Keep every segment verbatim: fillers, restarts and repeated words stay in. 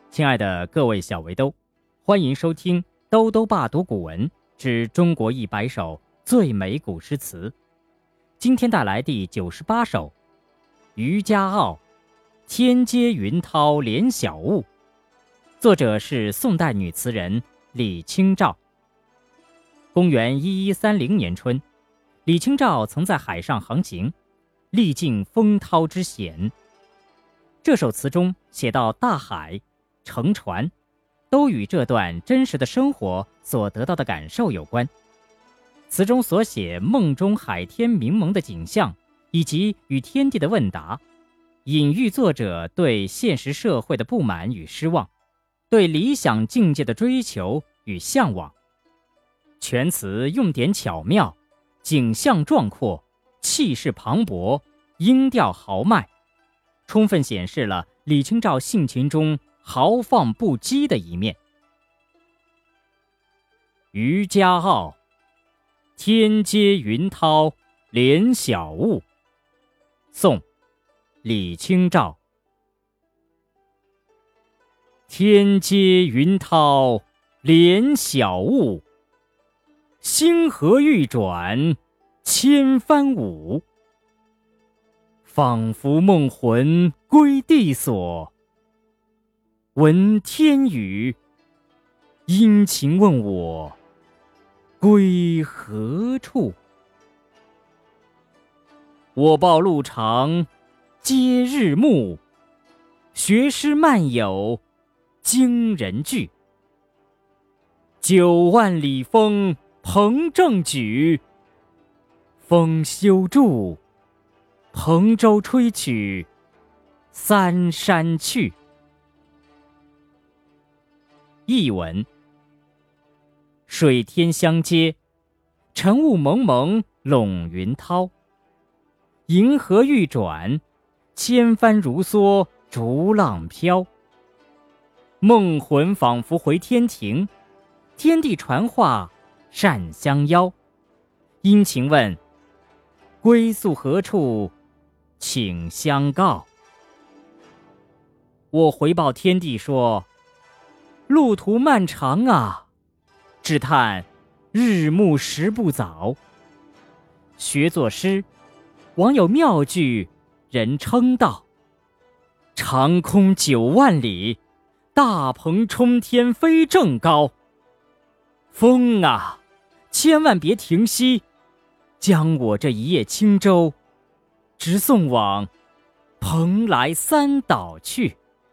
亲爱的各位小围兜，欢迎收听兜兜爸读古文之中国一百首最美古诗词。今天带来第九十八首《渔家傲·天阶云涛连晓雾》，作者是宋代女词人李清照。公元一一三零年春，李清照曾在海上航行，历尽风涛之险。这首词中写到大海、乘船，都与这段真实的生活所得到的感受有关。词中所写梦中海天明蒙的景象，以及与天地的问答，隐喻作者对现实社会的不满与失望，对理想境界的追求与向往。全词用典巧妙，景象壮阔，气势磅礴，音调豪迈，充分显示了李清照性情中豪放不羁的一面。渔家傲，天阶云涛连晓雾。宋，李清照。天阶云涛连晓雾，星河欲转千帆舞。仿佛梦魂归地所，闻天语，殷勤问我归何处。我报路长皆日暮，学诗漫有惊人句。九万里风鹏正举，风休住，蓬舟吹取三山去。译文：水天相接，晨雾蒙蒙笼云涛，银河欲转，千帆如梭逐浪飘。梦魂仿佛回天庭，天地传话善相邀。殷勤问，归宿何处请相告。我回报天地说，路途漫长啊，只叹日暮时不早。学作诗，网有妙句，人称道：长空九万里，大鹏冲天飞正高。风啊，千万别停息，将我这一叶轻舟直送往蓬莱三岛去。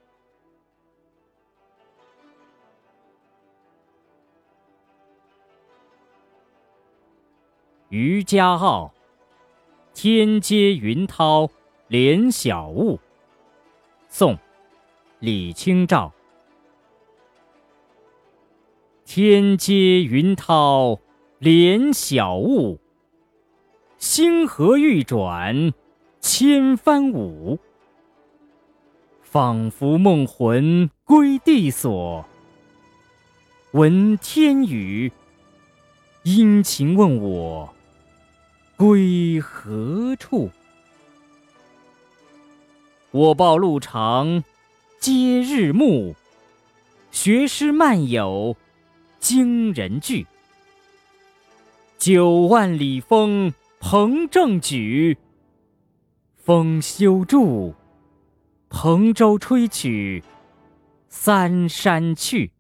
渔家傲，天阶云涛连晓雾。宋，李清照。天阶云涛连晓雾，星河欲转千帆舞。仿佛梦魂归地所，闻天语，殷勤问我归何处。我报路长皆日暮，学诗漫有惊人句。九万里风鹏正举，风休住，蓬舟吹取三山去。